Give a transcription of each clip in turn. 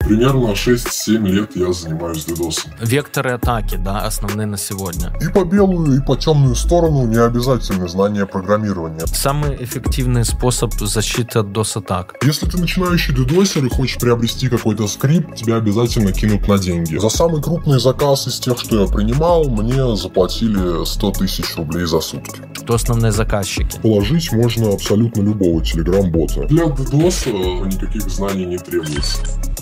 Примерно 6-7 лет я занимаюсь DDoS. Векторы атаки, да, основные на сегодня. И по белую, и по темную сторону не обязательно знание программирования. Самый эффективный способ защиты от DOS-атак. Если ты начинающий дедосер и хочешь приобрести какой-то скрипт, тебя обязательно кинут на деньги. За самый крупный заказ из тех, что я принимал, мне заплатили 100 тысяч рублей за сутки. Кто основные заказчики? Положить можно абсолютно любого телеграм-бота. Для DDoS никаких знаний не требуется.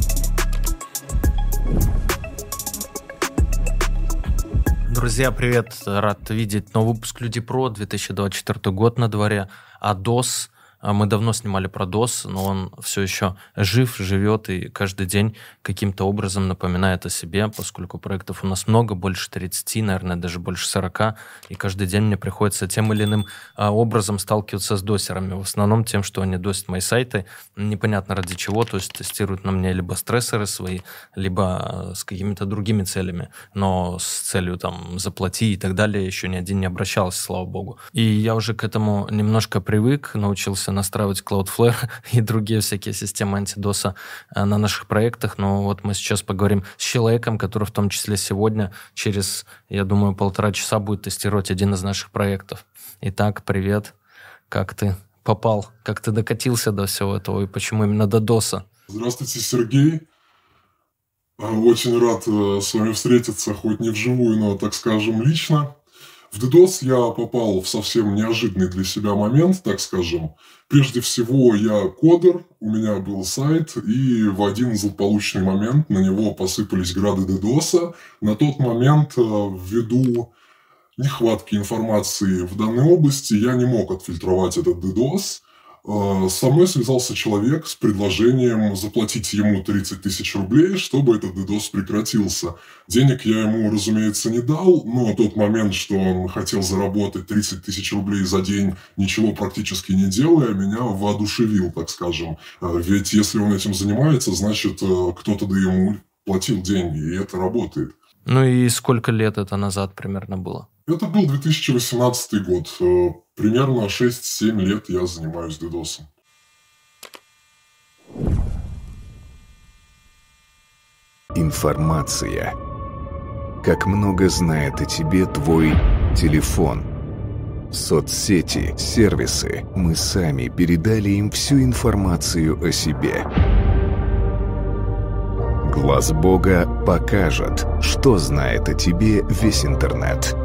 Друзья, привет! Рад видеть новый выпуск Люди Про, 2024 год на дворе. А DOS, мы давно снимали про DOS, но он все еще жив, живет и каждый день каким-то образом напоминает о себе, поскольку проектов у нас много, больше 30, наверное, даже больше 40, и каждый день мне приходится тем или иным образом сталкиваться с досерами, в основном тем, что они досят мои сайты, непонятно ради чего, то есть тестируют на мне либо стрессоры свои, либо с какими-то другими целями, но с целью там заплати и так далее еще ни один не обращался, слава богу. И я уже к этому немножко привык, научился настраивать Cloudflare и другие всякие системы антидоса на наших проектах, но вот мы сейчас поговорим с человеком, который в том числе сегодня через, я думаю, 1,5 часа будет тестировать один из наших проектов. Итак, привет, как ты попал, как ты докатился до всего этого и почему именно до доса? Здравствуйте, Сергей. Очень рад с вами встретиться, хоть не вживую, но, так скажем, лично. В DDoS я попал в совсем неожиданный для себя момент, так скажем. Прежде всего, я кодер, у меня был сайт, и в один злополучный момент на него посыпались грады DDoS. На тот момент, ввиду нехватки информации в данной области, я не мог отфильтровать этот DDoS. Со мной связался человек с предложением заплатить ему 30 тысяч рублей, чтобы этот DDoS прекратился. Денег я ему, разумеется, не дал, но тот момент, что он хотел заработать 30 тысяч рублей за день, ничего практически не делая, меня воодушевил, так скажем. Ведь если он этим занимается, значит, кто-то да ему платил деньги, и это работает. Ну и сколько лет это назад примерно было? Это был 2018 год. Примерно 6-7 лет я занимаюсь DDoS. Информация. Как много знает о тебе твой телефон. Соцсети, сервисы. Мы сами передали им всю информацию о себе. Глаз Бога покажет, что знает о тебе весь интернет.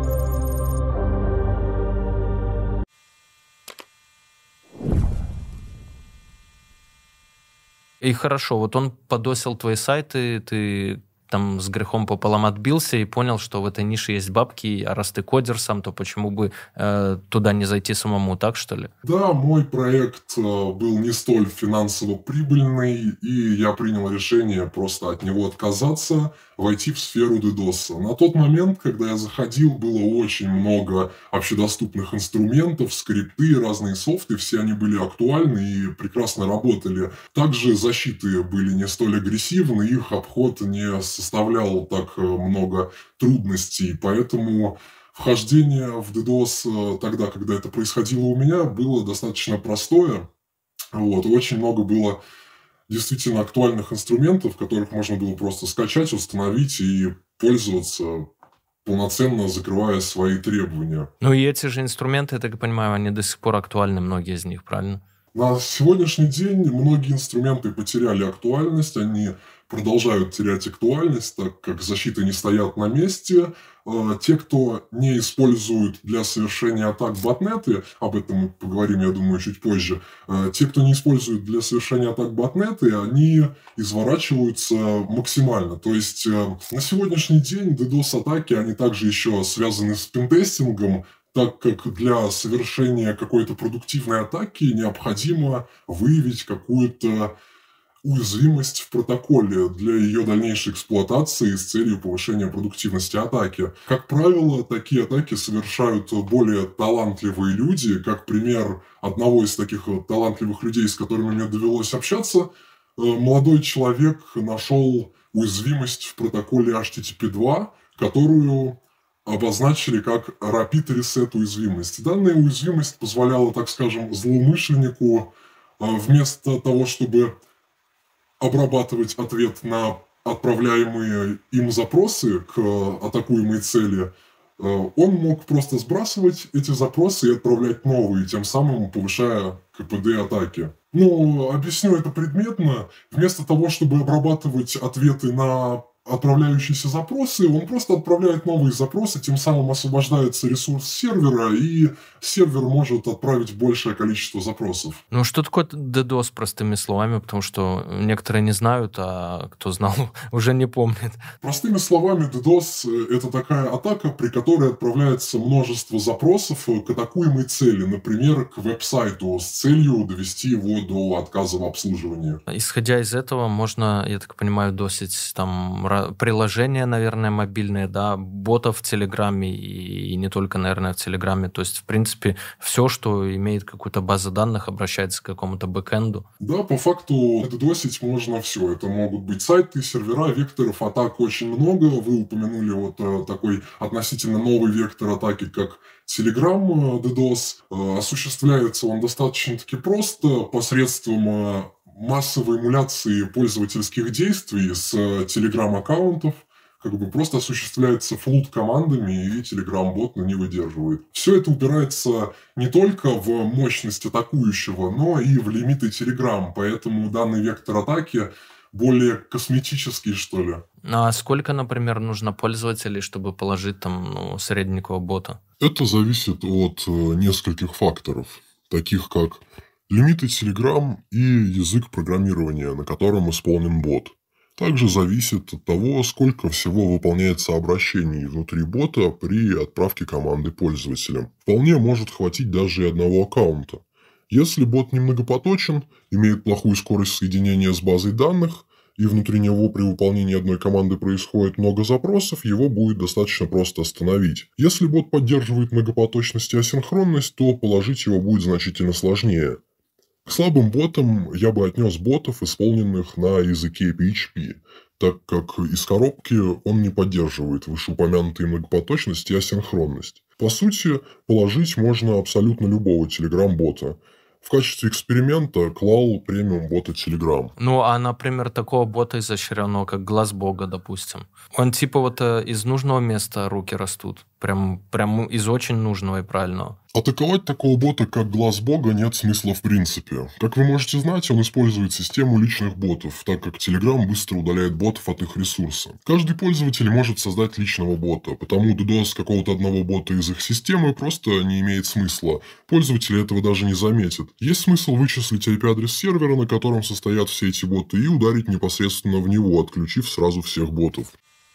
И хорошо, вот он подосил твои сайты, ты там с грехом пополам отбился и понял, что в этой нише есть бабки, а раз ты кодер сам, то почему бы туда не зайти самому, так что ли? Да, мой проект был не столь финансово прибыльный, и я принял решение просто от него отказаться, войти в сферу DDoS. На тот момент, когда я заходил, было очень много общедоступных инструментов, скрипты, разные софты, все они были актуальны и прекрасно работали. Также защиты были не столь агрессивны, их обход не составлял так много трудностей, поэтому вхождение в DDoS тогда, когда это происходило у меня, было достаточно простое. Очень много было действительно актуальных инструментов, которых можно было просто скачать, установить и пользоваться, полноценно закрывая свои требования. Ну и эти же инструменты, я так понимаю, они до сих пор актуальны, многие из них, правильно? На сегодняшний день многие инструменты потеряли актуальность, они продолжают терять актуальность, так как защиты не стоят на месте. Те, кто не используют для совершения атак ботнеты, об этом мы поговорим, я думаю, чуть позже, те, кто не использует для совершения атак ботнеты, они изворачиваются максимально. То есть на сегодняшний день DDoS-атаки, они также еще связаны с пентестингом, так как для совершения какой-то продуктивной атаки необходимо выявить какую-то уязвимость в протоколе для ее дальнейшей эксплуатации с целью повышения продуктивности атаки. Как правило, такие атаки совершают более талантливые люди. Как пример одного из таких талантливых людей, с которыми мне довелось общаться, молодой человек нашел уязвимость в протоколе HTTP2, которую обозначили как Rapid Reset уязвимость. Данная уязвимость позволяла, так скажем, злоумышленнику вместо того, чтобы обрабатывать ответ на отправляемые им запросы к атакуемой цели, он мог просто сбрасывать эти запросы и отправлять новые, тем самым повышая КПД атаки. Ну, объясню это предметно. Вместо того, чтобы обрабатывать ответы на отправляющиеся запросы, он просто отправляет новые запросы, тем самым освобождается ресурс сервера, и сервер может отправить большее количество запросов. Ну, что такое DDoS, простыми словами, потому что некоторые не знают, а кто знал, уже не помнит. Простыми словами, DDoS – это такая атака, при которой отправляется множество запросов к атакуемой цели, например, к веб-сайту, с целью довести его до отказа в обслуживании. Исходя из этого, можно, я так понимаю, досить там приложения, наверное, мобильные, да, ботов в Телеграме и не только, наверное, в Телеграме. То есть, в принципе, все, что имеет какую-то базу данных, обращается к какому-то бэкэнду. Да, по факту досить можно все. Это могут быть сайты, сервера, векторов атак очень много. Вы упомянули вот такой относительно новый вектор атаки, как Telegram DDoS. Осуществляется он достаточно-таки просто посредством массовой эмуляции пользовательских действий с Telegram-аккаунтов. Как бы просто осуществляется флут командами, и Telegram-бот на не выдерживает. Все это упирается не только в мощность атакующего, но и в лимиты Telegram. Поэтому данный вектор атаки более косметический, что ли. А сколько, например, нужно пользователей, чтобы положить там средненького бота? Это зависит от нескольких факторов, таких как лимиты Telegram и язык программирования, на котором исполнен бот. Также зависит от того, сколько всего выполняется обращений внутри бота при отправке команды пользователям. Вполне может хватить даже и одного аккаунта. Если бот немногопоточен, имеет плохую скорость соединения с базой данных, и внутри него при выполнении одной команды происходит много запросов, его будет достаточно просто остановить. Если бот поддерживает многопоточность и асинхронность, то положить его будет значительно сложнее. К слабым ботам я бы отнес ботов, исполненных на языке PHP, так как из коробки он не поддерживает вышеупомянутые многопоточность и асинхронность. По сути, положить можно абсолютно любого Telegram-бота. В качестве эксперимента клал премиум-бота Telegram. Ну, а, например, такого бота изощренного, как Глаз Бога, допустим. Он типа вот из нужного места руки растут. Прям из очень нужного и правильного. Атаковать такого бота, как Глаз Бога, нет смысла в принципе. Как вы можете знать, он использует систему личных ботов, так как Telegram быстро удаляет ботов от их ресурса. Каждый пользователь может создать личного бота, потому DDoS какого-то одного бота из их системы просто не имеет смысла. Пользователи этого даже не заметят. Есть смысл вычислить IP-адрес сервера, на котором состоят все эти боты, и ударить непосредственно в него, отключив сразу всех ботов.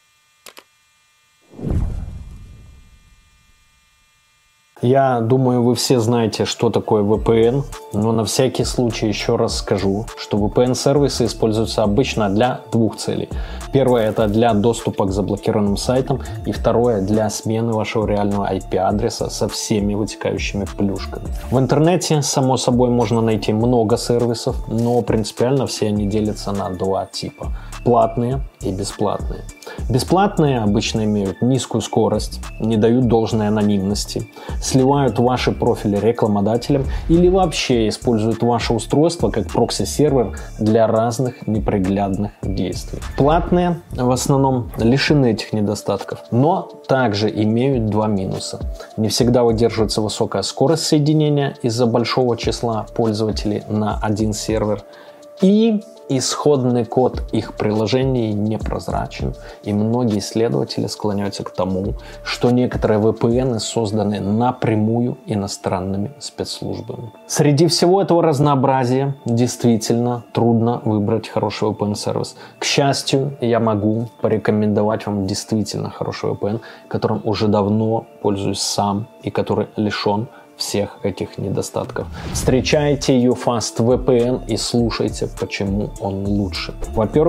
Я думаю, вы все знаете, что такое VPN, но на всякий случай еще раз скажу, что VPN-сервисы используются обычно для двух целей. Первое – это для доступа к заблокированным сайтам, и второе – для смены вашего реального IP-адреса со всеми вытекающими плюшками. В интернете, само собой, можно найти много сервисов, но принципиально все они делятся на два типа – платные и бесплатные. Бесплатные обычно имеют низкую скорость, не дают должной анонимности, сливают ваши профили рекламодателям или вообще используют ваше устройство как прокси-сервер для разных неприглядных действий. Платные в основном лишены этих недостатков, но также имеют два минуса. Не всегда выдерживается высокая скорость соединения из-за большого числа пользователей на один сервер, и исходный код их приложений непрозрачен, и многие исследователи склоняются к тому, что некоторые VPN созданы напрямую иностранными спецслужбами. Среди всего этого разнообразия действительно трудно выбрать хороший VPN-сервис. К счастью, я могу порекомендовать вам действительно хороший VPN, которым уже давно пользуюсь сам и который лишен всех этих недостатков. Встречайте UFast VPN и слушайте, почему он лучше. Во-первых,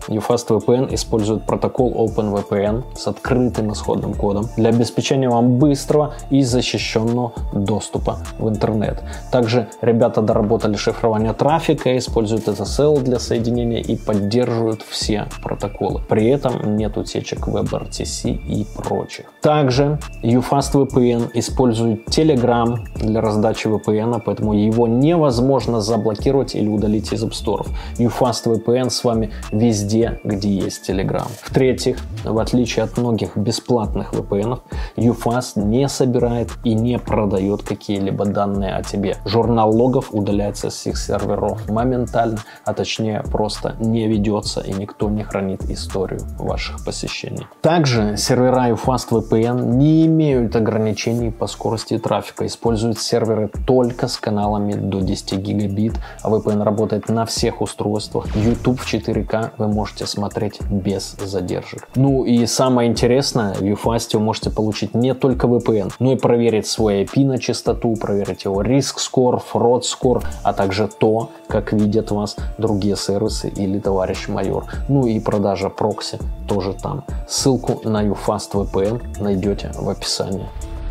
UFast VPN использует протокол OpenVPN с открытым исходным кодом для обеспечения вам быстрого и защищенного доступа в интернет. Также ребята доработали шифрование трафика, используют SSL для соединения и поддерживают все протоколы. При этом нет утечек WebRTC и прочих. Также UFast VPN использует Telegram для раздачи VPN, поэтому его невозможно заблокировать или удалить из App Store. UFast VPN с вами везде, где есть Telegram. В-третьих, в отличие от многих бесплатных VPN, UFast не собирает и не продает какие-либо данные о тебе. Журнал логов удаляется с их серверов моментально, а точнее просто не ведется, и никто не хранит историю ваших посещений. Также сервера UFast VPN не имеют ограничений по скорости трафика, используют серверы только с каналами до 10 гигабит, а VPN работает на всех устройствах. YouTube в 4К вы можете смотреть без задержек. Ну и самое интересное, в UFast вы можете получить не только VPN, но и проверить свой IP на чистоту, проверить его Risk Score, Fraud Score, а также то, как видят вас другие сервисы или товарищ майор. Ну и продажа прокси тоже там. Ссылку на UFast VPN найдете в описании.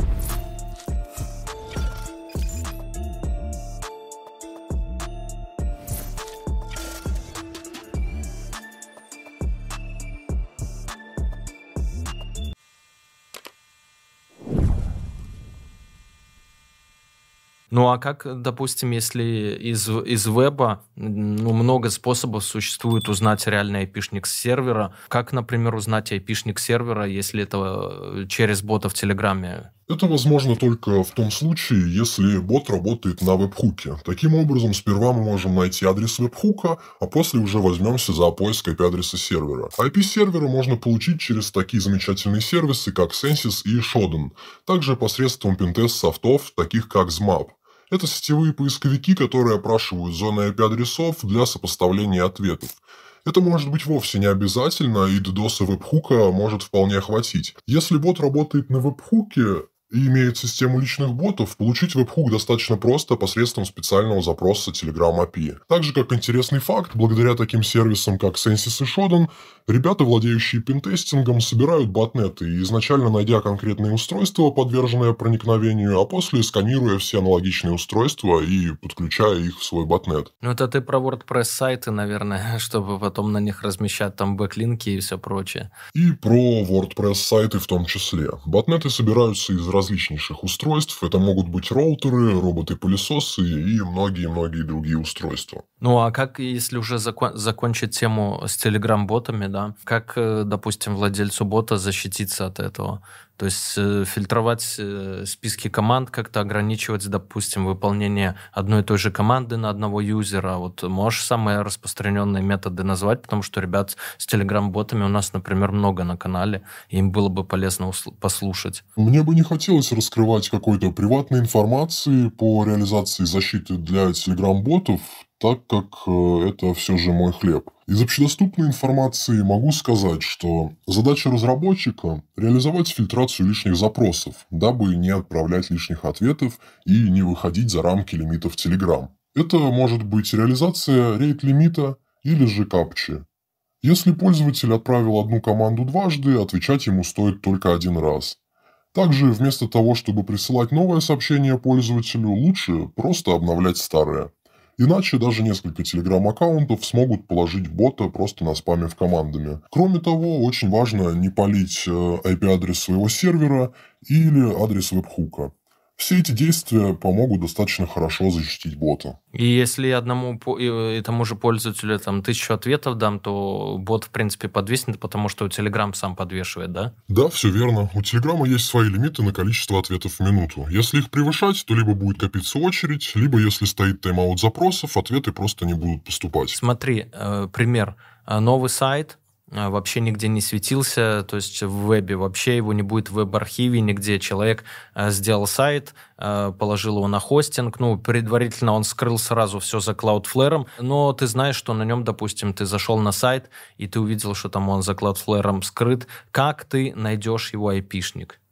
Ну а как, допустим, если из веба много способов существует узнать реальный айпишник с сервера? Как, например, узнать айпишник сервера, если это через бота в Телеграме? Это возможно только в том случае, если бот работает на веб-хуке. Таким образом, сперва мы можем найти адрес веб-хука, а после уже возьмемся за поиск IP-адреса сервера. IP сервера можно получить через такие замечательные сервисы, как Sensis и Shodan, также посредством пентест-софтов, таких как ZMAP. Это сетевые поисковики, которые опрашивают зоны IP-адресов для сопоставления ответов. Это может быть вовсе не обязательно, и DDoS веб-хука может вполне хватить. Если бот работает на веб-хуке и имеет систему личных ботов, получить веб-хук достаточно просто посредством специального запроса Telegram API. Также, как интересный факт, благодаря таким сервисам, как Sensis и Shodan, ребята, владеющие пентестингом, собирают ботнеты и изначально найдя конкретные устройства, подверженные проникновению, а после сканируя все аналогичные устройства и подключая их в свой ботнет. Ну, это ты про WordPress сайты, наверное, чтобы потом на них размещать там бэклинки и все прочее. И про WordPress сайты в том числе. Ботнеты собираются из различнейших устройств. Это могут быть роутеры, роботы-пылесосы и многие-многие другие устройства. Ну, а как, если уже закончить тему с Telegram-ботами, да, как, допустим, владельцу бота защититься от этого? То есть фильтровать списки команд, как-то ограничивать, допустим, выполнение одной и той же команды на одного юзера. Вот можешь самые распространенные методы назвать, потому что ребят с Telegram-ботами у нас, например, много на канале, и им было бы полезно послушать. Мне бы не хотелось раскрывать какой-то приватной информации по реализации защиты для Telegram-ботов, так как это все же мой хлеб. Из общедоступной информации могу сказать, что задача разработчика – реализовать фильтрацию лишних запросов, дабы не отправлять лишних ответов и не выходить за рамки лимитов Telegram. Это может быть реализация рейд-лимита или же капчи. Если пользователь отправил одну команду дважды, отвечать ему стоит только один раз. Также вместо того, чтобы присылать новое сообщение пользователю, лучше просто обновлять старое. Иначе даже несколько Telegram-аккаунтов смогут положить бота, просто наспамив командами. Кроме того, очень важно не палить IP-адрес своего сервера или адрес веб-хука. Все эти действия помогут достаточно хорошо защитить бота. И если одному и тому же пользователю там 1000 ответов дам, то бот, в принципе, подвиснет, потому что Telegram сам подвешивает, да? Да, все верно. У Telegram есть свои лимиты на количество ответов в минуту. Если их превышать, то либо будет копиться очередь, либо, если стоит тайм-аут запросов, ответы просто не будут поступать. Смотри, пример. Новый сайт вообще нигде не светился, то есть в вебе вообще его не будет в веб-архиве нигде. Человек сделал сайт, положил его на хостинг, предварительно он скрыл сразу все за Cloudflare, но ты знаешь, что на нем, допустим, ты зашел на сайт, и ты увидел, что там он за Cloudflare скрыт. Как ты найдешь его айпишник?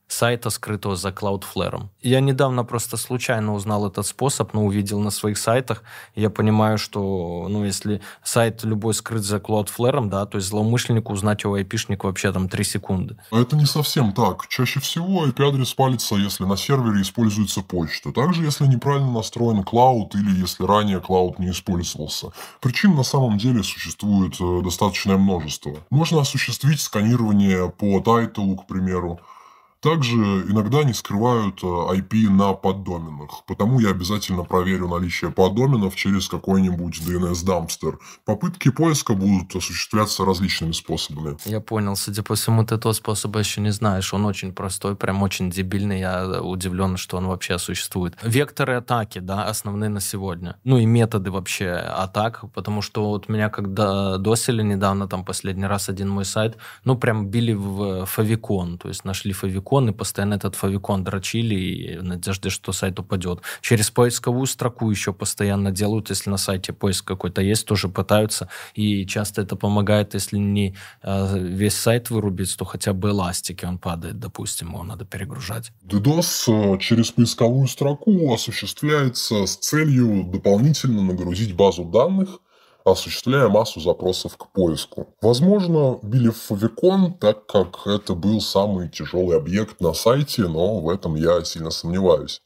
сайта, скрытого за Cloudflare. Я недавно просто случайно узнал этот способ, но увидел на своих сайтах. Я понимаю, что если сайт любой скрыт за Cloudflare, да, то есть злоумышленнику узнать его IP-шник вообще там 3 секунды. Это не совсем так. Чаще всего IP-адрес палится, если на сервере используется почта. Также, если неправильно настроен клауд или если ранее клауд не использовался. Причин на самом деле существует достаточное множество. Можно осуществить сканирование по тайтлу, к примеру. Также иногда не скрывают IP на поддоменах, потому я обязательно проверю наличие поддоменов через какой-нибудь DNS-дампстер. Попытки поиска будут осуществляться различными способами. Я понял. Судя по всему, ты этого способа еще не знаешь. Он очень простой, прям очень дебильный. Я удивлен, что он вообще существует. Векторы атаки, да, основные на сегодня. И методы вообще атак, потому что вот меня когда досили недавно, там последний раз один мой сайт, прям били в фавикон, то есть нашли фавикон, и постоянно этот фавикон дрочили и в надежде, что сайт упадет. Через поисковую строку еще постоянно делают, если на сайте поиск какой-то есть, тоже пытаются, и часто это помогает, если не весь сайт вырубить, то хотя бы эластики он падает, допустим, его надо перегружать. DDoS через поисковую строку осуществляется с целью дополнительно нагрузить базу данных, осуществляя массу запросов к поиску. Возможно, били в фавикон, так как это был самый тяжелый объект на сайте, но в этом я сильно сомневаюсь.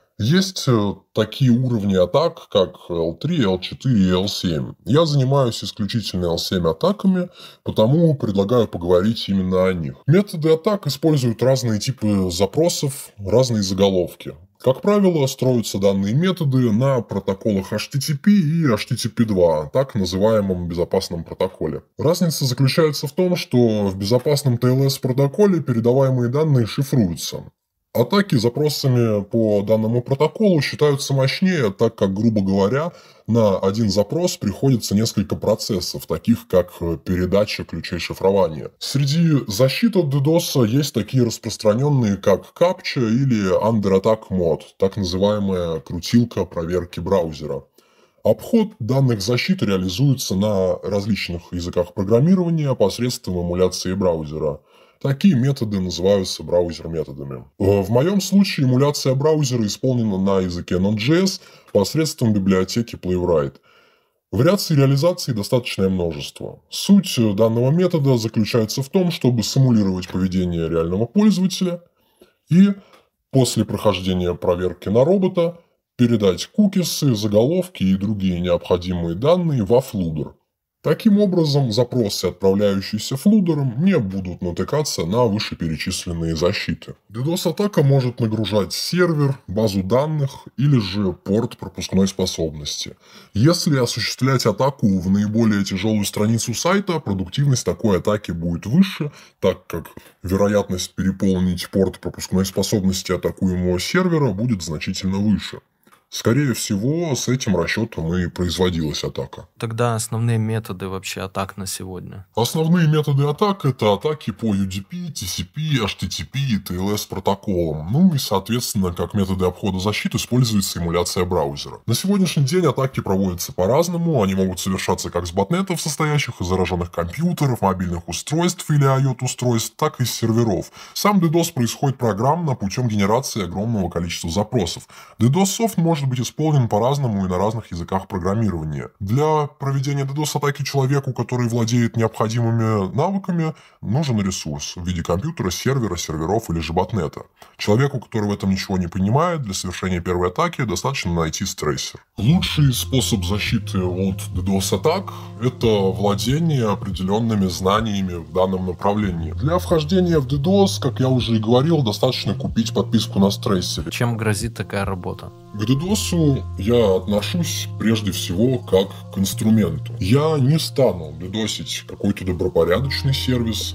Есть такие уровни атак, как L3, L4 и L7. Я занимаюсь исключительно L7 атаками, потому предлагаю поговорить именно о них. Методы атак используют разные типы запросов, разные заголовки. Как правило, строятся данные методы на протоколах HTTP и HTTP2, так называемом безопасном протоколе. Разница заключается в том, что в безопасном TLS-протоколе передаваемые данные шифруются. Атаки запросами по данному протоколу считаются мощнее, так как, грубо говоря, на один запрос приходится несколько процессов, таких как передача ключей шифрования. Среди защит от DDoS есть такие распространенные, как CAPTCHA или Under Attack Mode, так называемая крутилка проверки браузера. Обход данных защит реализуется на различных языках программирования посредством эмуляции браузера. Такие методы называются браузер-методами. В моем случае эмуляция браузера исполнена на языке Node.js посредством библиотеки Playwright. Вариаций реализации достаточное множество. Суть данного метода заключается в том, чтобы симулировать поведение реального пользователя и после прохождения проверки на робота передать кукисы, заголовки и другие необходимые данные во флудер. Таким образом, запросы, отправляющиеся флудером, не будут натыкаться на вышеперечисленные защиты. DDoS-атака может нагружать сервер, базу данных или же порт пропускной способности. Если осуществлять атаку в наиболее тяжелую страницу сайта, продуктивность такой атаки будет выше, так как вероятность переполнить порт пропускной способности атакуемого сервера будет значительно выше. Скорее всего, с этим расчетом и производилась атака. Тогда основные методы вообще атак на сегодня? Основные методы атак – это атаки по UDP, TCP, HTTP и TLS протоколам. И, соответственно, как методы обхода защиты используется эмуляция браузера. На сегодняшний день атаки проводятся по-разному. Они могут совершаться как с ботнетов, состоящих из зараженных компьютеров, мобильных устройств или IoT-устройств, так и с серверов. Сам DDoS происходит программно путем генерации огромного количества запросов. DDoS-софт может быть исполнен по-разному и на разных языках программирования. Для проведения DDoS-атаки человеку, который владеет необходимыми навыками, нужен ресурс в виде компьютера, сервера, серверов или же ботнета. Человеку, который в этом ничего не понимает, для совершения первой атаки достаточно найти стрейсер. Лучший способ защиты от DDoS-атак – это владение определенными знаниями в данном направлении. Для вхождения в DDoS, как я уже и говорил, достаточно купить подписку на стрейсере. Чем грозит такая работа? К DDoS я отношусь прежде всего как к инструменту. Я не стану ддосить какой-то добропорядочный сервис.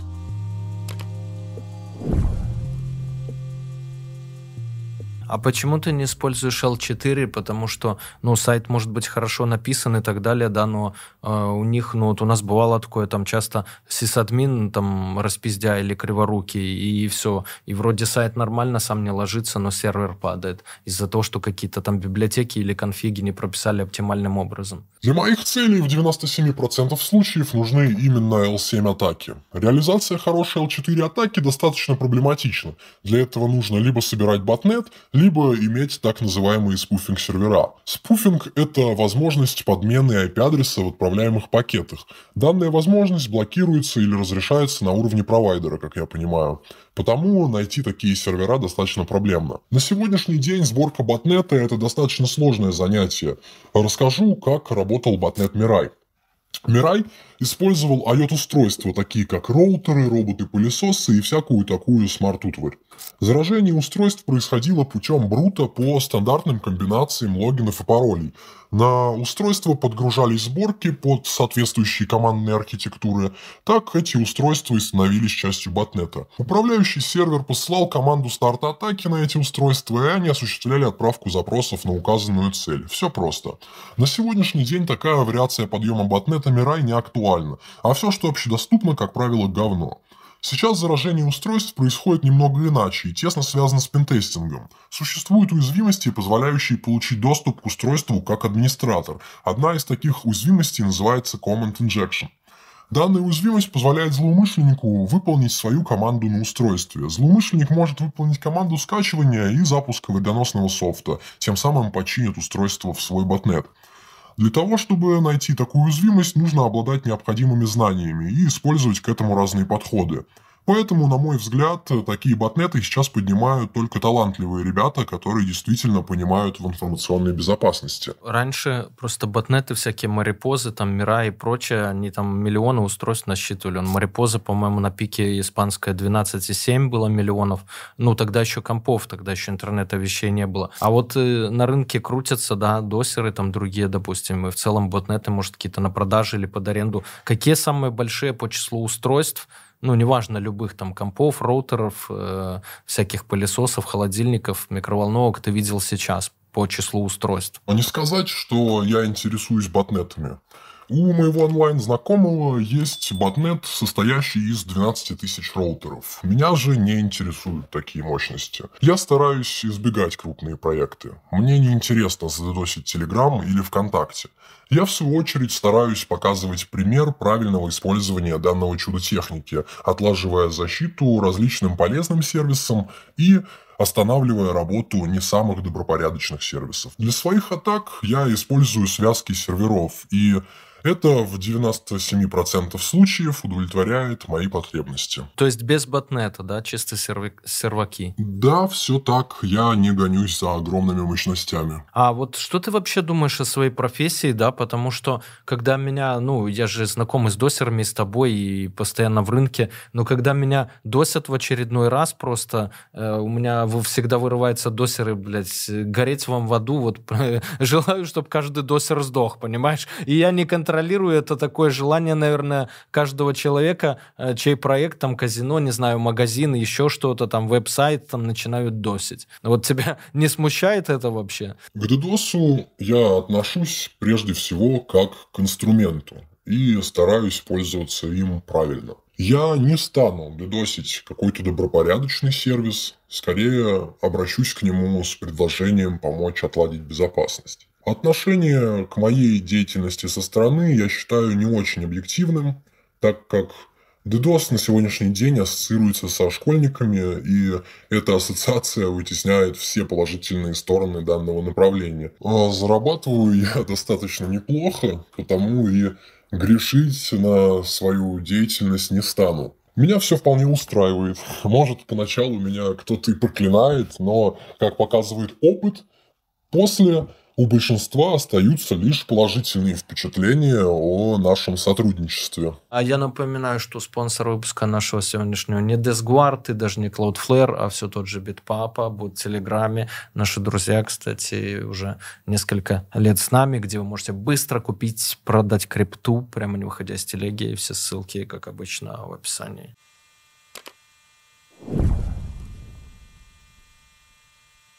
А почему ты не используешь L4? Потому что, ну, сайт может быть хорошо написан и так далее, да, но у них, ну, вот у нас бывало такое, там часто сисадмин там распиздя или криворукий, и все. И вроде сайт нормально сам не ложится, но сервер падает из-за того, что какие-то там библиотеки или конфиги не прописали оптимальным образом. Для моих целей в 97% случаев нужны именно L7 атаки. Реализация хорошей L4 атаки достаточно проблематична. Для этого нужно либо собирать ботнет, либо иметь так называемые спуфинг-сервера. Спуфинг – это возможность подмены IP-адреса в отправляемых пакетах. Данная возможность блокируется или разрешается на уровне провайдера, как я понимаю. Потому найти такие сервера достаточно проблемно. На сегодняшний день сборка ботнета – это достаточно сложное занятие. Расскажу, как работал ботнет Mirai. Mirai использовал IoT-устройства, такие как роутеры, роботы-пылесосы и всякую такую смарт-утварь. Заражение устройств происходило путем брута по стандартным комбинациям логинов и паролей. На устройства подгружались сборки под соответствующие командные архитектуры, так эти устройства и становились частью ботнета. Управляющий сервер посылал команду старта атаки на эти устройства, и они осуществляли отправку запросов на указанную цель. Все просто. На сегодняшний день такая вариация подъема ботнета Mirai не актуальна, а все, что общедоступно, как правило, говно. Сейчас заражение устройств происходит немного иначе и тесно связано с пентестингом. Существуют уязвимости, позволяющие получить доступ к устройству как администратор. Одна из таких уязвимостей называется Command Injection. Данная уязвимость позволяет злоумышленнику выполнить свою команду на устройстве. Злоумышленник может выполнить команду скачивания и запуска вредоносного софта, тем самым починит устройство в свой ботнет. Для того, чтобы найти такую уязвимость, нужно обладать необходимыми знаниями и использовать к этому разные подходы. Поэтому, на мой взгляд, такие ботнеты сейчас поднимают только талантливые ребята, которые действительно понимают в информационной безопасности. Раньше просто ботнеты, всякие марипозы, там Mirai и прочее, они там миллионы устройств насчитывали. Марипозы, по-моему, на пике испанская 12,7 было миллионов. Ну, тогда еще компов, тогда еще интернета вещей не было. А вот на рынке крутятся, да, досеры, там другие, допустим, и в целом ботнеты, может, какие-то на продаже или под аренду. Какие самые большие по числу устройств? Ну, неважно, любых там компов, роутеров, всяких пылесосов, холодильников, микроволновок ты видел сейчас по числу устройств? Не сказать, что я интересуюсь ботнетами. У моего онлайн-знакомого есть ботнет, состоящий из 12 тысяч роутеров. Меня же не интересуют такие мощности. Я стараюсь избегать крупные проекты. Мне не интересно задодосить Telegram или ВКонтакте. Я, в свою очередь, стараюсь показывать пример правильного использования данного чудо-техники, отлаживая защиту различным полезным сервисам и останавливая работу не самых добропорядочных сервисов. Для своих атак я использую связки серверов, и это в 97% случаев удовлетворяет мои потребности. То есть без ботнета, да, чисто серваки? Да, все так. Я не гонюсь за огромными мощностями. А вот что ты вообще думаешь о своей профессии, да, потому что когда меня, ну, я же знакомый с досерами, с тобой и постоянно в рынке, но когда меня досят в очередной раз просто, у меня всегда вырывается досеры, блядь, гореть вам в аду, вот желаю, чтобы каждый досер сдох, понимаешь? И я не контролирую, это такое желание, наверное, каждого человека, чей проект, там, казино, не знаю, магазин, еще что-то, там, веб-сайт, там, начинают досить. Вот тебя не смущает это вообще? К DDoS я отношусь прежде всего как к инструменту и стараюсь пользоваться им правильно. Я не стану дедосить какой-то добропорядочный сервис, скорее обращусь к нему с предложением помочь отладить безопасность. Отношение к моей деятельности со стороны я считаю не очень объективным, так как DDoS на сегодняшний день ассоциируется со школьниками, и эта ассоциация вытесняет все положительные стороны данного направления. А зарабатываю я достаточно неплохо, потому и грешить на свою деятельность не стану. Меня все вполне устраивает. Может, поначалу меня кто-то и проклинает, но, как показывает опыт, после у большинства остаются лишь положительные впечатления о нашем сотрудничестве. А я напоминаю, что спонсор выпуска нашего сегодняшнего не Desguard и даже не Cloudflare, а все тот же Bitpapa, будет в Телеграме. Наши друзья, кстати, уже несколько лет с нами, где вы можете быстро купить, продать крипту, прямо не выходя из телеги. И все ссылки, как обычно, в описании.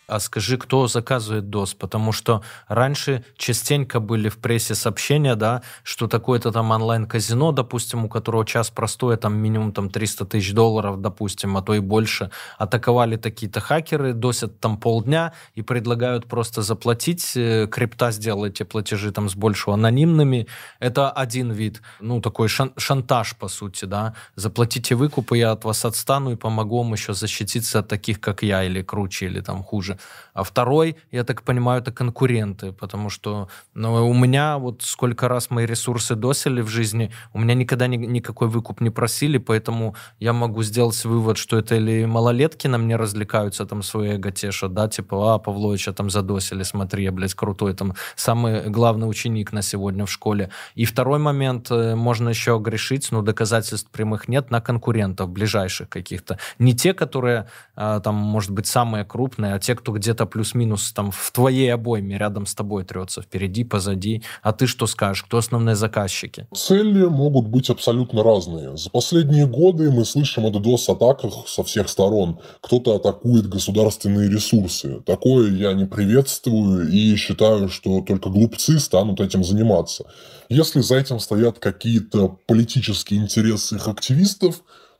А скажи, кто заказывает DOS? Потому что раньше частенько были в прессе сообщения, да, что такое-то там онлайн-казино, допустим, у которого час простое, там минимум там $300 тысяч, допустим, а то и больше. Атаковали такие-то хакеры, досят там полдня и предлагают просто заплатить, крипта сделайте платежи там с большего анонимными. Это один вид, ну, такой шантаж, по сути, да. Заплатите выкуп, и я от вас отстану и помогу вам еще защититься от таких, как я, или круче, или там хуже. А второй, я так понимаю, это конкуренты, потому что у меня вот сколько раз мои ресурсы досили в жизни, у меня никогда никакой выкуп не просили, поэтому я могу сделать вывод, что это или малолетки на мне развлекаются, там свои эго тешат, да, типа, Павловича там задосили, смотри, я, блядь, крутой, там самый главный ученик на сегодня в школе. И второй момент, можно еще грешить, но доказательств прямых нет, на конкурентов ближайших каких-то. Не те, которые там, может быть, самые крупные, а те, кто где-то плюс-минус там в твоей обойме рядом с тобой трется, впереди, позади. А ты что скажешь? Кто основные заказчики? Цели могут быть абсолютно разные. За последние годы мы слышим о DDoS-атаках со всех сторон. Кто-то атакует государственные ресурсы. Такое я не приветствую и считаю, что только глупцы станут этим заниматься. Если за этим стоят какие-то политические интересы их активистов,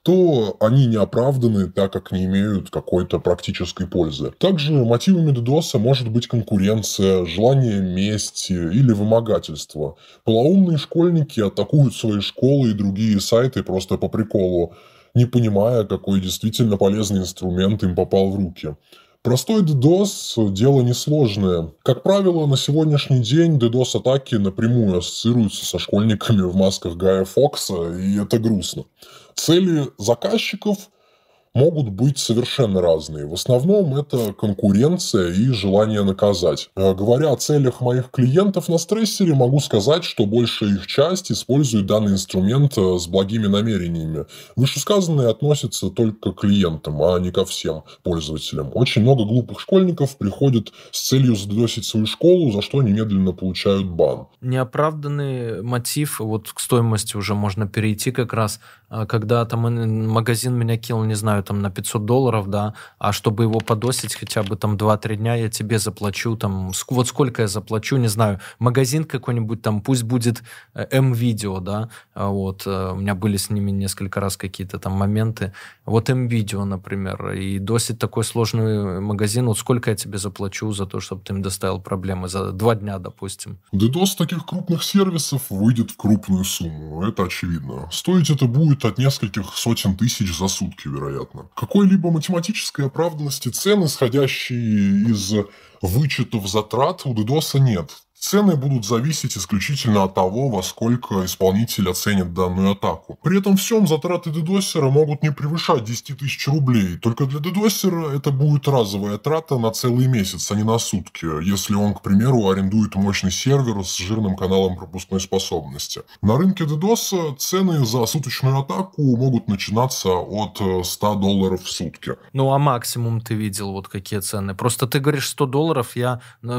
то они не оправданы, так как не имеют какой-то практической пользы. Также мотивами DDoS может быть конкуренция, желание мести или вымогательство. Полоумные школьники атакуют свои школы и другие сайты просто по приколу, не понимая, какой действительно полезный инструмент им попал в руки. Простой DDoS – дело несложное. Как правило, на сегодняшний день DDoS-атаки напрямую ассоциируются со школьниками в масках Гая Фокса, и это грустно. Цели заказчиков могут быть совершенно разные. В основном это конкуренция и желание наказать. Говоря о целях моих клиентов на стрессере, могу сказать, что большая их часть использует данный инструмент с благими намерениями. Вышесказанное относится только к клиентам, а не ко всем пользователям. Очень много глупых школьников приходят с целью задосить свою школу, за что немедленно получают бан. Неоправданный мотив, вот к стоимости уже можно перейти как раз, когда там магазин меня кинул, не знаю, там на $500, да, а чтобы его подосить хотя бы там 2-3 дня, я тебе заплачу, там, вот сколько я заплачу, не знаю, магазин какой-нибудь там, пусть будет М-видео, да, вот, у меня были с ними несколько раз какие-то там моменты, вот М-видео, например, и досить такой сложный магазин, вот сколько я тебе заплачу за то, чтобы ты им доставил проблемы, за 2 дня, допустим. DDoS таких крупных сервисов выйдет в крупную сумму, это очевидно. Стоить это будет от нескольких сотен тысяч за сутки, вероятно. Какой-либо математической оправданности цен, исходящей из вычетов затрат, у DDoS нет. Цены будут зависеть исключительно от того, во сколько исполнитель оценит данную атаку. При этом всем затраты дедоссера могут не превышать 10 тысяч рублей. Только для дедоссера это будет разовая трата на целый месяц, а не на сутки, если он, к примеру, арендует мощный сервер с жирным каналом пропускной способности. На рынке DDoS цены за суточную атаку могут начинаться от $100 в сутки. Ну, а максимум ты видел, вот какие цены? Просто ты говоришь $100, я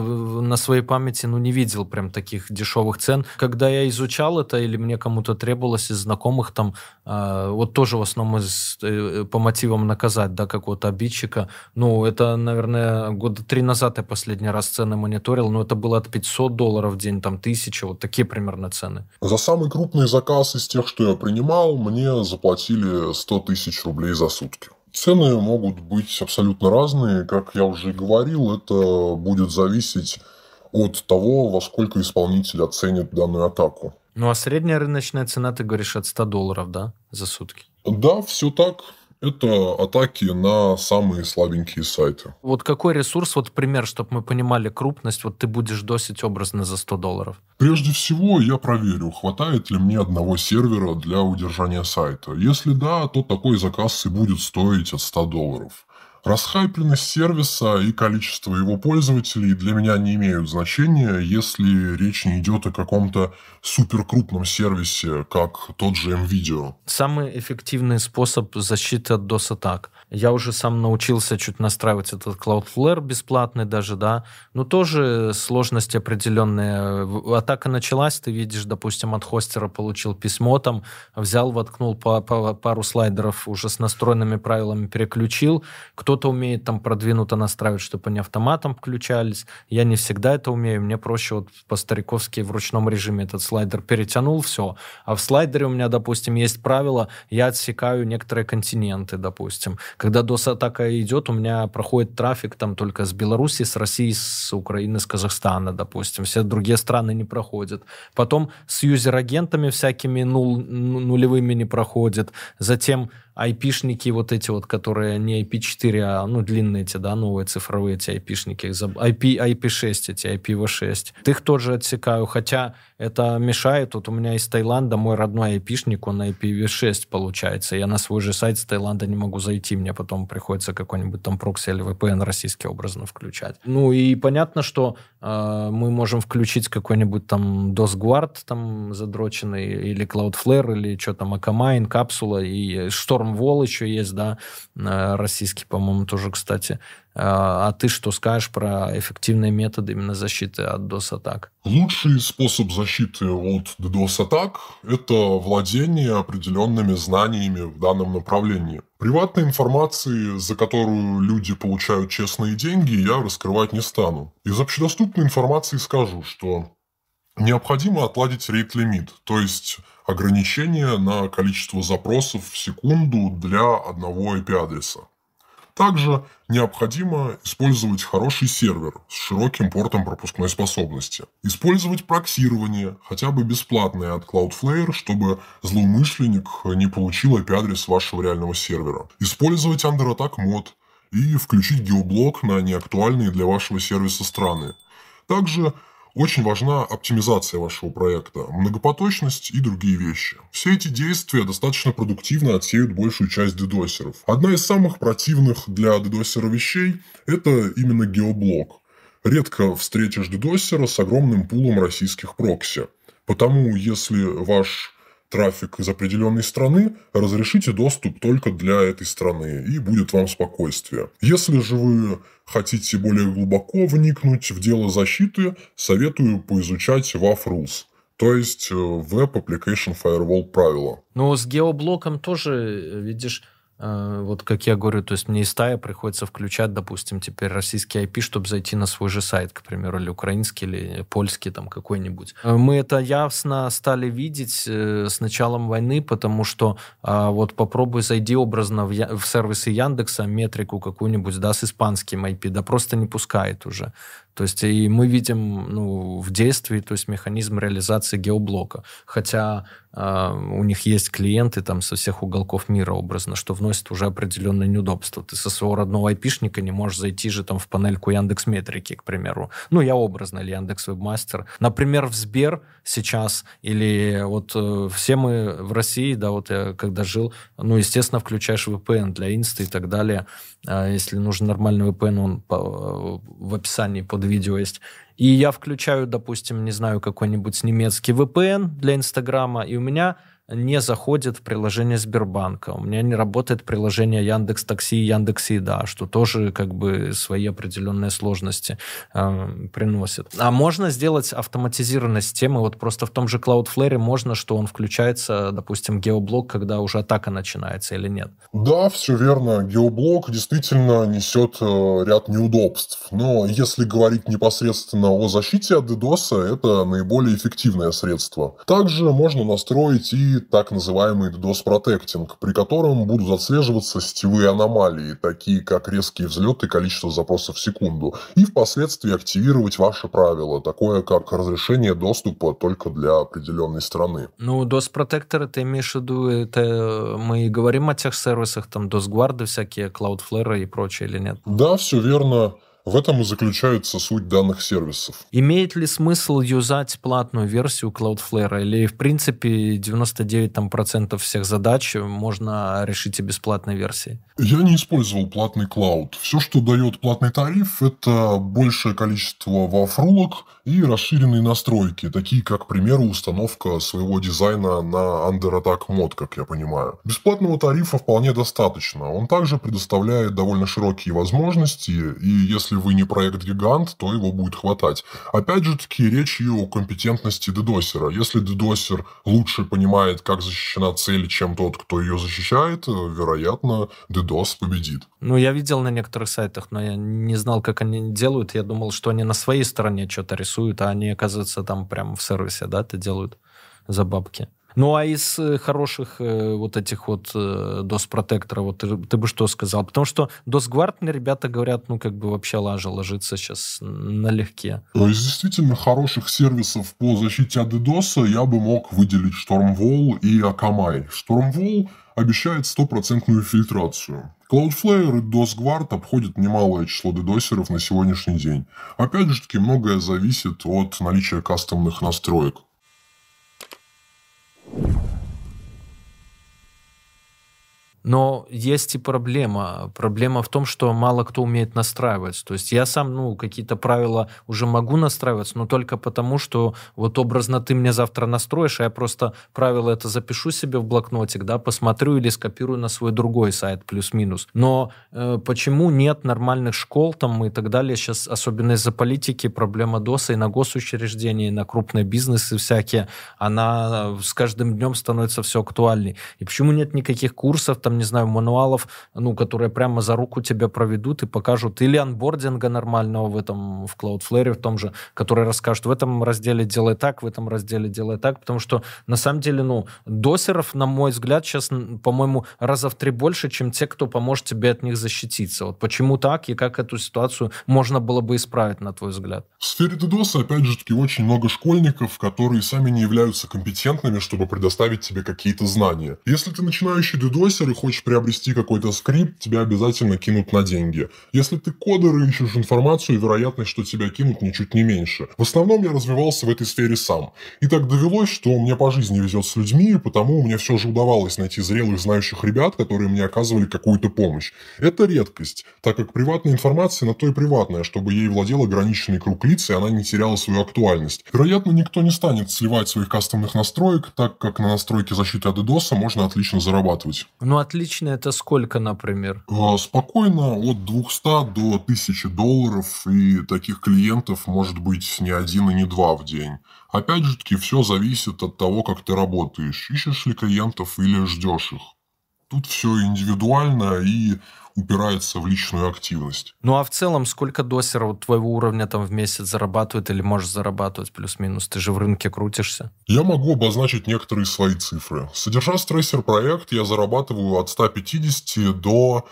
на своей памяти, не видел прям таких дешевых цен. Когда я изучал это, или мне кому-то требовалось из знакомых, там, вот тоже в основном по мотивам наказать, да, какого-то обидчика. Ну, это, наверное, 3 года назад я последний раз цены мониторил, но это было от $500 в день, там, 1000, вот такие примерно цены. За самый крупный заказ из тех, что я принимал, мне заплатили 100 тысяч рублей за сутки. Цены могут быть абсолютно разные. Как я уже говорил, это будет зависеть от того, во сколько исполнитель оценит данную атаку. Ну, а средняя рыночная цена, ты говоришь, от $100, да, за сутки? Да, все так. Это атаки на самые слабенькие сайты. Вот какой ресурс, вот пример, чтобы мы понимали крупность, вот ты будешь досить образно за $100? Прежде всего, я проверю, хватает ли мне одного сервера для удержания сайта. Если да, то такой заказ и будет стоить от $100. Расхайпленность сервиса и количество его пользователей для меня не имеют значения, если речь не идет о каком-то суперкрупном сервисе, как тот же М-видео. Самый эффективный способ защиты от DOS-атак. Я уже сам научился чуть настраивать этот Cloudflare бесплатный даже, да, но тоже сложности определенные. Атака началась, ты видишь, допустим, от хостера получил письмо, там, взял, воткнул пару слайдеров уже с настроенными правилами, переключил, кто Кто-то умеет там продвинуто настраивать, чтобы они автоматом включались. Я не всегда это умею. Мне проще вот по-стариковски в ручном режиме этот слайдер перетянул, все. А в слайдере у меня, допустим, есть правило, я отсекаю некоторые континенты, допустим. Когда DOS-атака идет, у меня проходит трафик там только с Беларуси, с России, с Украины, с Казахстана, допустим. Все другие страны не проходят. Потом с юзер-агентами всякими нулевыми не проходит. Затем IP-шники вот эти вот, которые не IP4, а длинные эти, да, новые цифровые эти IP-шники, IP6 эти, IPv6. Их тоже отсекаю, хотя это мешает. Вот у меня из Таиланда мой родной IP-шник, он на IPv6 получается. Я на свой же сайт с Таиланда не могу зайти, мне потом приходится какой-нибудь там прокси или VPN российский образно включать. И понятно, что мы можем включить какой-нибудь там DOS-Guard там задроченный, или Cloudflare, или что там, Akamai, капсула, и Stormwall еще есть, да, российский, по-моему, тоже, кстати. А ты что скажешь про эффективные методы именно защиты от DOS-атак? Лучший способ защиты от DDoS-атак – это владение определенными знаниями в данном направлении. Приватной информации, за которую люди получают честные деньги, я раскрывать не стану. Из общедоступной информации скажу, что необходимо отладить рейт-лимит, то есть ограничение на количество запросов в секунду для одного IP-адреса. Также необходимо использовать хороший сервер с широким портом пропускной способности. Использовать проксирование, хотя бы бесплатное от Cloudflare, чтобы злоумышленник не получил IP-адрес вашего реального сервера. Использовать Under Attack мод и включить геоблок на неактуальные для вашего сервиса страны. Также очень важна оптимизация вашего проекта, многопоточность и другие вещи. Все эти действия достаточно продуктивно отсеют большую часть дедосеров. Одна из самых противных для дедосера вещей – это именно геоблок. Редко встретишь дедосера с огромным пулом российских прокси. Потому если ваш трафик из определенной страны, разрешите доступ только для этой страны, и будет вам спокойствие. Если же вы хотите более глубоко вникнуть в дело защиты, советую поизучать WAF Rules, то есть Web Application Firewall правила. С геоблоком тоже, видишь, вот как я говорю, то есть мне из стая приходится включать, допустим, теперь российский IP, чтобы зайти на свой же сайт, к примеру, или украинский, или польский там какой-нибудь. Мы это ясно стали видеть с началом войны, потому что вот попробуй зайди образно в сервисы Яндекса, метрику какую-нибудь, да, с испанским IP, да просто не пускает уже. То есть и мы видим в действии, то есть механизм реализации геоблока. Хотя у них есть клиенты там со всех уголков мира образно, что вносит уже определенные неудобства. Ты со своего родного айпишника не можешь зайти же там в панельку Яндекс.Метрики, к примеру. Я образно, или Яндекс.Вебмастер. Например, в Сбер сейчас, или вот все мы в России, да, вот я когда жил, естественно, включаешь VPN для Инста и так далее. Если нужен нормальный VPN, он в описании под видео есть. И я включаю, допустим, не знаю, какой-нибудь немецкий VPN для Инстаграма, и у меня не заходит в приложение Сбербанка. У меня не работает приложение Яндекс.Такси и Яндекс.Еда, что тоже как бы свои определенные сложности приносит. А можно сделать автоматизированные системы. Вот просто в том же Cloudflare можно, что он включается, допустим, геоблок, когда уже атака начинается или нет? Да, все верно. Геоблок действительно несет ряд неудобств. Но если говорить непосредственно о защите от DDoS, это наиболее эффективное средство. Также можно настроить и так называемый DDoS Protecting, при котором будут отслеживаться сетевые аномалии, такие как резкие взлеты и количество запросов в секунду, и впоследствии активировать ваше правило, такое как разрешение доступа только для определенной страны. DDoS Protector, ты имеешь в виду, это мы говорим о тех сервисах, там DOS-Guard, всякие Cloudflare и прочее, или нет? Да, все верно. В этом и заключается суть данных сервисов. Имеет ли смысл юзать платную версию Cloudflare? Или, в принципе, 99% всех задач можно решить и бесплатной версией? Я не использовал платный клауд. Все, что дает платный тариф, это большее количество WAF-рулок и расширенные настройки, такие как, к примеру, установка своего дизайна на Under Attack мод, как я понимаю. Бесплатного тарифа вполне достаточно. Он также предоставляет довольно широкие возможности, и если если вы не проект-гигант, то его будет хватать. Опять же таки, речь и о компетентности дедосера. Если дедосер лучше понимает, как защищена цель, чем тот, кто ее защищает, вероятно, DDoS победит. Ну, я видел на некоторых сайтах, но я не знал, как они делают. Я думал, что они на своей стороне что-то рисуют, а они, оказывается, там прямо в сервисе, да, это делают за бабки. Ну, а из хороших вот этих вот DOS-протекторов, вот ты бы что сказал? Потому что DOS-Guard, мне ребята говорят, ну, как бы вообще ложится сейчас налегке. Из действительно хороших сервисов по защите от DDoS я бы мог выделить Stormwall и Akamai. Stormwall обещает стопроцентную фильтрацию. Cloudflare и DOS-Guard обходят немалое число дедосеров на сегодняшний день. Опять же таки, многое зависит от наличия кастомных настроек. Но есть и проблема. Проблема в том, что мало кто умеет настраивать. То есть я сам, какие-то правила уже могу настраивать, но только потому, что вот образно ты мне завтра настроишь, а я просто правила это запишу себе в блокнотик, да, посмотрю или скопирую на свой другой сайт, плюс-минус. Но почему нет нормальных школ там и так далее? Сейчас, особенно из-за политики, проблема ДОСа и на госучреждения, и на крупные бизнесы всякие, она с каждым днем становится все актуальней. И почему нет никаких курсов, там, не знаю, мануалов, которые прямо за руку тебя проведут и покажут или анбординга нормального в Cloudflare, в том же, который расскажет, в этом разделе делай так, в этом разделе делай так, потому что, на самом деле, досеров, на мой взгляд, сейчас, по-моему, раза в 3 больше, чем те, кто поможет тебе от них защититься. Вот почему так и как эту ситуацию можно было бы исправить, на твой взгляд? В сфере DDoS, опять же таки, очень много школьников, которые сами не являются компетентными, чтобы предоставить тебе какие-то знания. Если ты начинающий дедосер и хочешь приобрести какой-то скрипт, тебя обязательно кинут на деньги. Если ты кодер и ищешь информацию, вероятность, что тебя кинут, ничуть не меньше. В основном я развивался в этой сфере сам. И так довелось, что мне по жизни везет с людьми, и потому мне все же удавалось найти зрелых знающих ребят, которые мне оказывали какую-то помощь. Это редкость, так как приватная информация на то и приватная, чтобы ей владел ограниченный круг лиц, и она не теряла свою актуальность. Вероятно, никто не станет сливать своих кастомных настроек, так как на настройке защиты от DDoS можно отлично зарабатывать. Отлично, это сколько, например? Спокойно, от 200 до $1000, и таких клиентов может быть не 1 и не 2 в день. Опять же таки, все зависит от того, как ты работаешь. Ищешь ли клиентов или ждешь их. Тут все индивидуально и упирается в личную активность. А в целом, сколько досеров твоего уровня там в месяц зарабатывает или можешь зарабатывать плюс-минус? Ты же в рынке крутишься. Я могу обозначить некоторые свои цифры. Содержа стрессер-проект, я зарабатываю от 150 до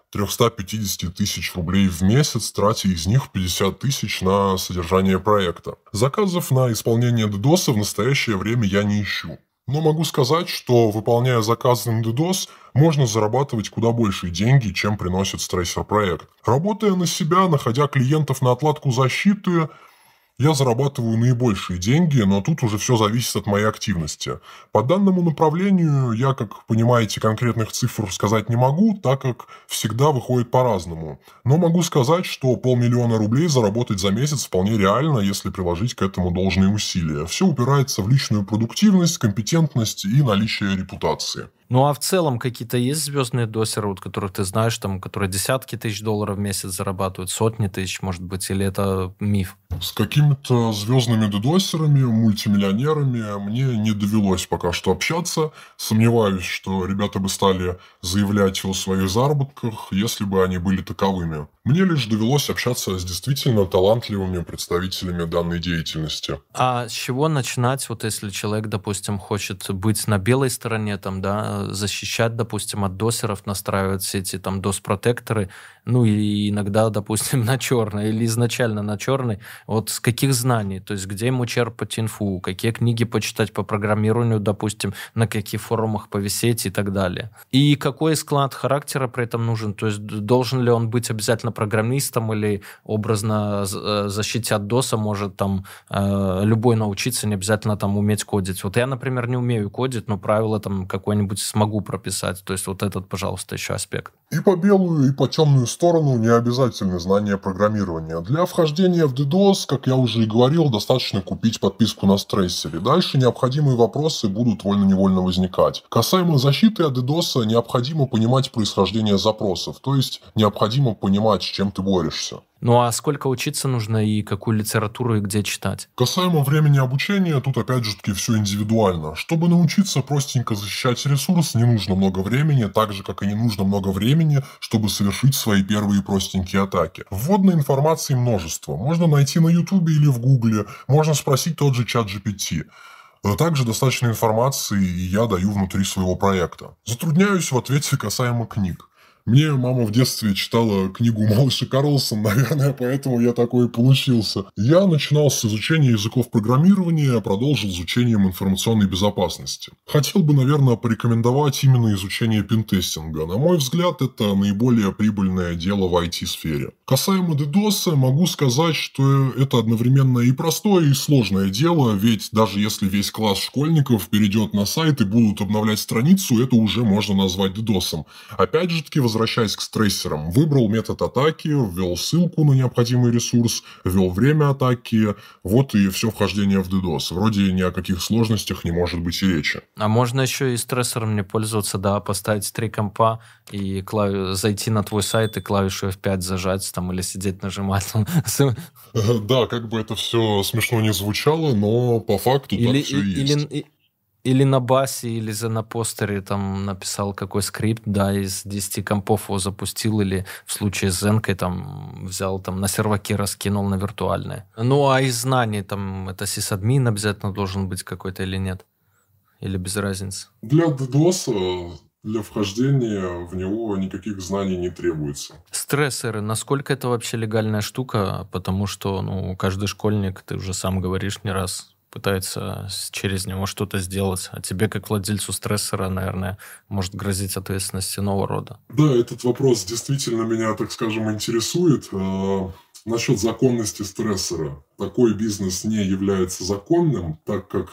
350 тысяч рублей в месяц, тратя из них 50 тысяч на содержание проекта. Заказов на исполнение DDoS в настоящее время я не ищу. Но могу сказать, что, выполняя заказы на DDoS, можно зарабатывать куда большие деньги, чем приносит стрессер-проект. Работая на себя, находя клиентов на отладку защиты, я зарабатываю наибольшие деньги, но тут уже все зависит от моей активности. По данному направлению я, как понимаете, конкретных цифр сказать не могу, так как всегда выходит по-разному. Но могу сказать, что 500 000 рублей заработать за месяц вполне реально, если приложить к этому должные усилия. Все упирается в личную продуктивность, компетентность и наличие репутации. А в целом какие-то есть звездные досеры, которых ты знаешь, которые десятки тысяч долларов в месяц зарабатывают, сотни тысяч, может быть, или это миф? С какими-то звездными дедосерами, мультимиллионерами мне не довелось пока что общаться. Сомневаюсь, что ребята бы стали заявлять о своих заработках, если бы они были таковыми. Мне лишь довелось общаться с действительно талантливыми представителями данной деятельности. А с чего начинать, если человек, допустим, хочет быть на белой стороне, защищать, допустим, от досеров, настраивать все эти DOS-протекторы, и иногда, допустим, на черный, или изначально на черный, с каких знаний, то есть где ему черпать инфу, какие книги почитать по программированию, допустим, на каких форумах повисеть и так далее. И какой склад характера при этом нужен, то есть должен ли он быть обязательно программистом или образно защите от DOS может любой научиться, не обязательно уметь кодить. Я, например, не умею кодить, но правила какое-нибудь смогу прописать. То есть этот, пожалуйста, еще аспект. И по белую, и по темную сторону не обязательно знание программирования. Для вхождения в DDoS, как я уже и говорил, достаточно купить подписку на стрессере. Дальше необходимые вопросы будут вольно-невольно возникать. Касаемо защиты от DDoS, необходимо понимать происхождение запросов, то есть необходимо понимать, с чем ты борешься. Ну а сколько учиться нужно и какую литературу и где читать? Касаемо времени обучения, тут опять же таки все индивидуально. Чтобы научиться простенько защищать ресурс, не нужно много времени, так же, как и не нужно много времени, чтобы совершить свои первые простенькие атаки. Вводной информации множество. Можно найти на YouTube или в Google, можно спросить тот же ChatGPT. Также достаточно информации и я даю внутри своего проекта. Затрудняюсь в ответе касаемо книг. Мне мама в детстве читала книгу Малыша Карлсон, наверное, поэтому я такой и получился. Я начинал с изучения языков программирования, а продолжил изучением информационной безопасности. Хотел бы, наверное, порекомендовать именно изучение пентестинга. На мой взгляд, это наиболее прибыльное дело в IT-сфере. Касаемо DDoS, могу сказать, что это одновременно и простое, и сложное дело, ведь даже если весь класс школьников перейдет на сайт и будут обновлять страницу, это уже можно назвать DDoS. Опять же таки, возвращаясь к стрессерам, выбрал метод атаки, ввел ссылку на необходимый ресурс, ввел время атаки, вот и все вхождение в DDoS. Вроде ни о каких сложностях не может быть и речи. А можно еще и стрессором не пользоваться, да, поставить 3 компа и зайти на твой сайт и клавишу F5 зажать там или сидеть нажимать. Да, как бы это все смешно не звучало, но по факту так все и есть. Или на басе, или на постере там написал какой скрипт, да, из 10 компов его запустил, или в случае с Зенкой там взял, там на серваке раскинул на виртуальные. Ну, а из знаний там это сисадмин обязательно должен быть какой-то или нет? Или без разницы? Для DDoS, для вхождения в него никаких знаний не требуется. Стрессоры, насколько это вообще легальная штука? Потому что, ну, каждый школьник, ты уже сам говоришь не раз, пытается через него что-то сделать. А тебе, как владельцу стрессора, наверное, может грозить ответственность иного рода. Да, этот вопрос действительно меня, так скажем, интересует. Насчет законности стрессора. Такой бизнес не является законным, так как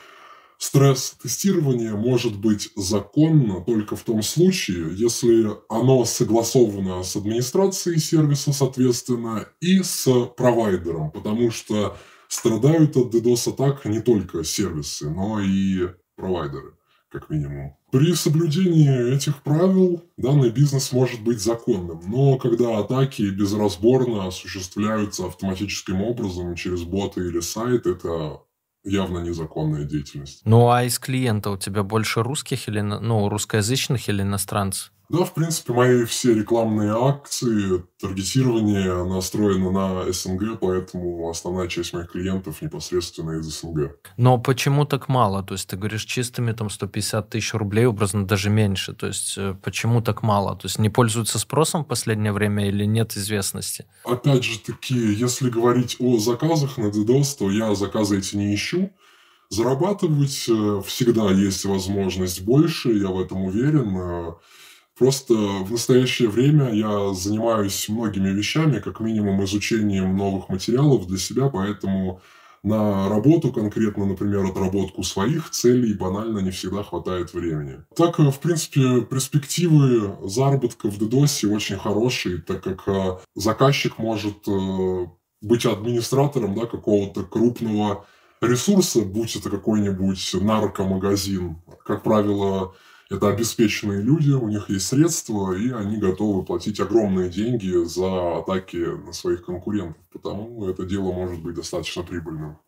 стресс-тестирование может быть законно только в том случае, если оно согласовано с администрацией сервиса, соответственно, и с провайдером, потому что страдают от DDoS-атак не только сервисы, но и провайдеры, как минимум. При соблюдении этих правил данный бизнес может быть законным, но когда атаки безразборно осуществляются автоматическим образом через боты или сайт, это явно незаконная деятельность. Ну, а из клиента у тебя больше русских или, ну, русскоязычных или иностранцев? Да, в принципе, мои все рекламные акции, таргетирование настроено на СНГ, поэтому основная часть моих клиентов непосредственно из СНГ. Но почему так мало? То есть ты говоришь чистыми там 150 тысяч рублей, образно даже меньше. То есть почему так мало? То есть не пользуются спросом в последнее время или нет известности? Опять же таки, если говорить о заказах на DDoS, то я заказы эти не ищу. Зарабатывать всегда есть возможность больше, я в этом уверен. Просто в настоящее время я занимаюсь многими вещами, как минимум изучением новых материалов для себя, поэтому на работу конкретно, например, отработку своих целей банально не всегда хватает времени. Так, в принципе, перспективы заработка в DDoS очень хорошие, так как заказчик может быть администратором, да, какого-то крупного ресурса, будь это какой-нибудь наркомагазин. Как правило, это обеспеченные люди, у них есть средства, и они готовы платить огромные деньги за атаки на своих конкурентов. Потому это дело может быть достаточно прибыльным.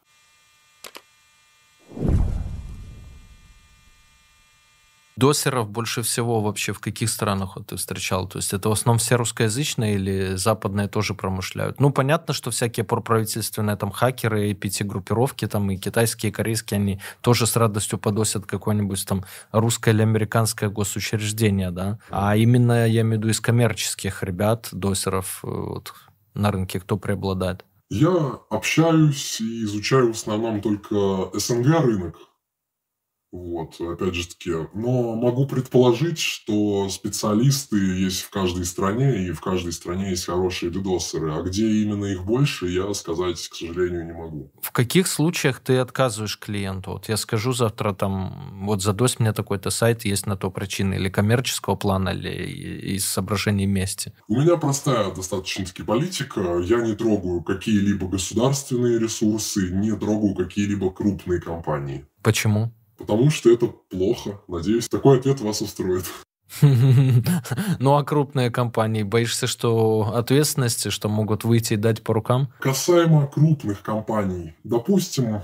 Досеров больше всего вообще в каких странах вот ты встречал? То есть это в основном все русскоязычные или западные тоже промышляют? Ну, понятно, что всякие проправительственные там хакеры и PT-группировки, там и китайские, и корейские, они тоже с радостью подосят какое-нибудь там русское или американское госучреждение, да? А именно, я имею в виду, из коммерческих ребят, досеров, вот, на рынке кто преобладает? Я общаюсь и изучаю в основном только СНГ рынок. Вот, опять же таки. Но могу предположить, что специалисты есть в каждой стране, и в каждой стране есть хорошие дедосеры. А где именно их больше, я сказать, к сожалению, не могу. В каких случаях ты отказываешь клиенту? Вот я скажу завтра там, вот задось мне такой-то сайт, есть на то причины, или коммерческого плана, или из соображений мести. У меня простая достаточно-таки политика. Я не трогаю какие-либо государственные ресурсы, не трогаю какие-либо крупные компании. Почему? Потому что это плохо. Надеюсь, такой ответ вас устроит. Ну, а крупные компании, боишься, что ответственности, что могут выйти и дать по рукам? Касаемо крупных компаний, допустим,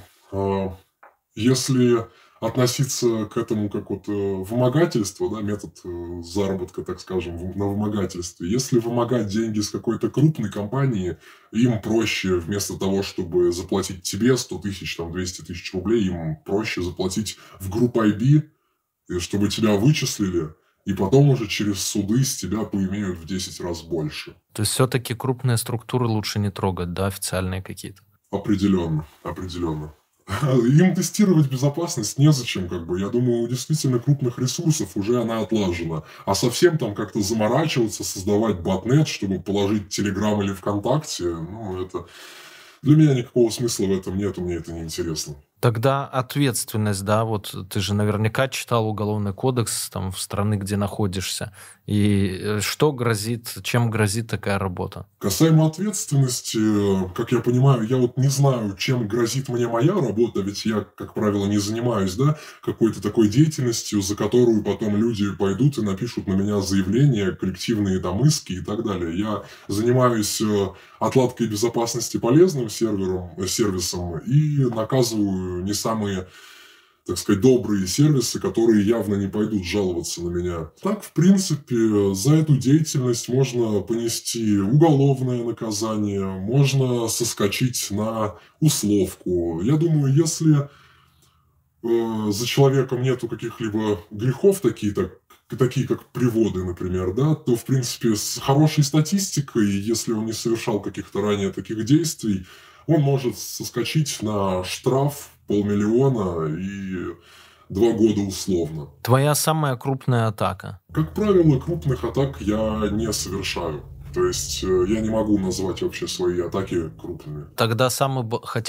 если относиться к этому как вот вымогательство, да, метод заработка, так скажем, на вымогательстве. Если вымогать деньги с какой-то крупной компании, им проще вместо того, чтобы заплатить тебе 100 тысяч, там, 200 тысяч рублей, им проще заплатить в Group IB, чтобы тебя вычислили, и потом уже через суды с тебя поимеют в 10 раз больше. То есть все-таки крупные структуры лучше не трогать, да, официальные какие-то? Определенно. Им тестировать безопасность незачем, как бы. Я думаю, у действительно крупных ресурсов уже она отлажена. А совсем там как-то заморачиваться, создавать ботнет, чтобы положить Телеграм или ВКонтакте, ну, это... Для меня никакого смысла в этом нет, мне это не интересно. Тогда ответственность, да, вот ты же наверняка читал Уголовный кодекс там в страны, где находишься. И что грозит, чем грозит такая работа? Касаемо ответственности, как я понимаю, я вот не знаю, чем грозит мне моя работа, ведь я, как правило, не занимаюсь, да, какой-то такой деятельностью, за которую потом люди пойдут и напишут на меня заявления, коллективные там иски и так далее. Я занимаюсь отладкой безопасности полезным сервисом и наказываю не самые, так сказать, добрые сервисы, которые явно не пойдут жаловаться на меня. Так, в принципе, за эту деятельность можно понести уголовное наказание, можно соскочить на условку. Я думаю, если за человеком нету каких-либо грехов, такие как приводы, например, да, то, в принципе, с хорошей статистикой, если он не совершал каких-то ранее таких действий, он может соскочить на штраф 500 000 и 2 года условно. Твоя самая крупная атака? Как правило, крупных атак я не совершаю. То есть я не могу назвать вообще свои атаки крупными. Тогда самый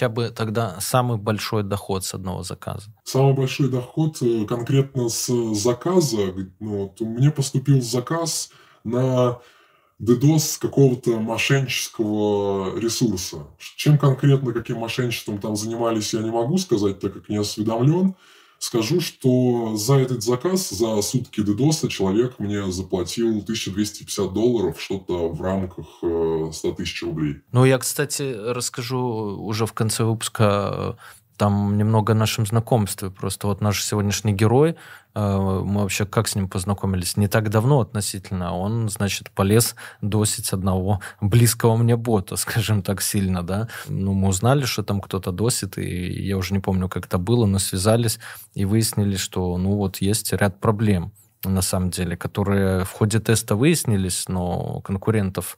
большой доход с одного заказа? Самый большой доход конкретно с заказа. Вот, мне поступил заказ на DDoS какого-то мошеннического ресурса. Чем конкретно, каким мошенничеством там занимались, я не могу сказать, так как не осведомлен. Скажу, что за этот заказ, за сутки DDoS человек мне заплатил $1250, что-то в рамках 100 тысяч рублей. Ну, я, кстати, расскажу уже в конце выпуска там немного о нашем знакомстве. Просто вот наш сегодняшний герой, мы вообще как с ним познакомились? Не так давно относительно. Он, значит, полез досить одного близкого мне бота, скажем так, сильно, да. Ну, мы узнали, что там кто-то досит, и я уже не помню, как это было, но связались и выяснили, что, ну, вот есть ряд проблем, на самом деле, которые в ходе теста выяснились, но конкурентов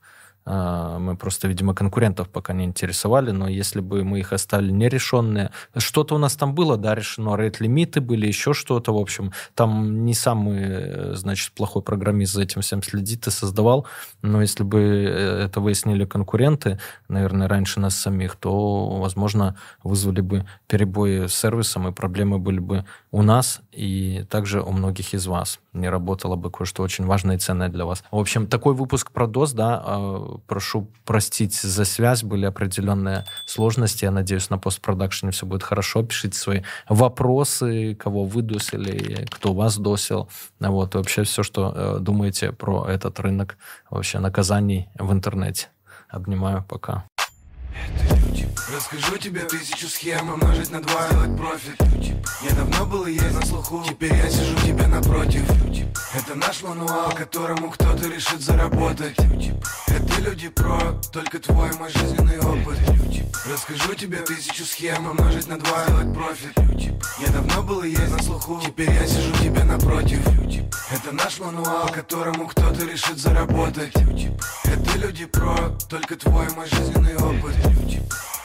мы просто, видимо, конкурентов пока не интересовали, но если бы мы их оставили нерешенные... Что-то у нас там было, да, решено, рейт-лимиты были, еще что-то, в общем. Там не самый, значит, плохой программист за этим всем следит и создавал, но если бы это выяснили конкуренты, наверное, раньше нас самих, то, возможно, вызвали бы перебои с сервисом, и проблемы были бы у нас и также у многих из вас. Не работало бы кое-что очень важное и ценное для вас. В общем, такой выпуск про DOS, да, прошу простить за связь, были определенные сложности. Я надеюсь, на постпродакшене все будет хорошо. Пишите свои вопросы, кого вы досили, кто вас досил. Вот, и вообще все, что думаете про этот рынок вообще наказаний в интернете. Обнимаю, пока. Это люди. Расскажу тебе 1000 схем, умножить на 2, сделать профит. Я давно был и есть на слуху, теперь я сижу тебе напротив. Это наш мануал, которому кто-то решит заработать. Это люди про, только твой мой жизненный опыт. Расскажу тебе 1000 схем, умножить на 2, сделать профит. Я давно был и есть на слуху, теперь я сижу тебе напротив. Это наш мануал, которому кто-то решит заработать. Это люди про, только твой мой жизненный опыт.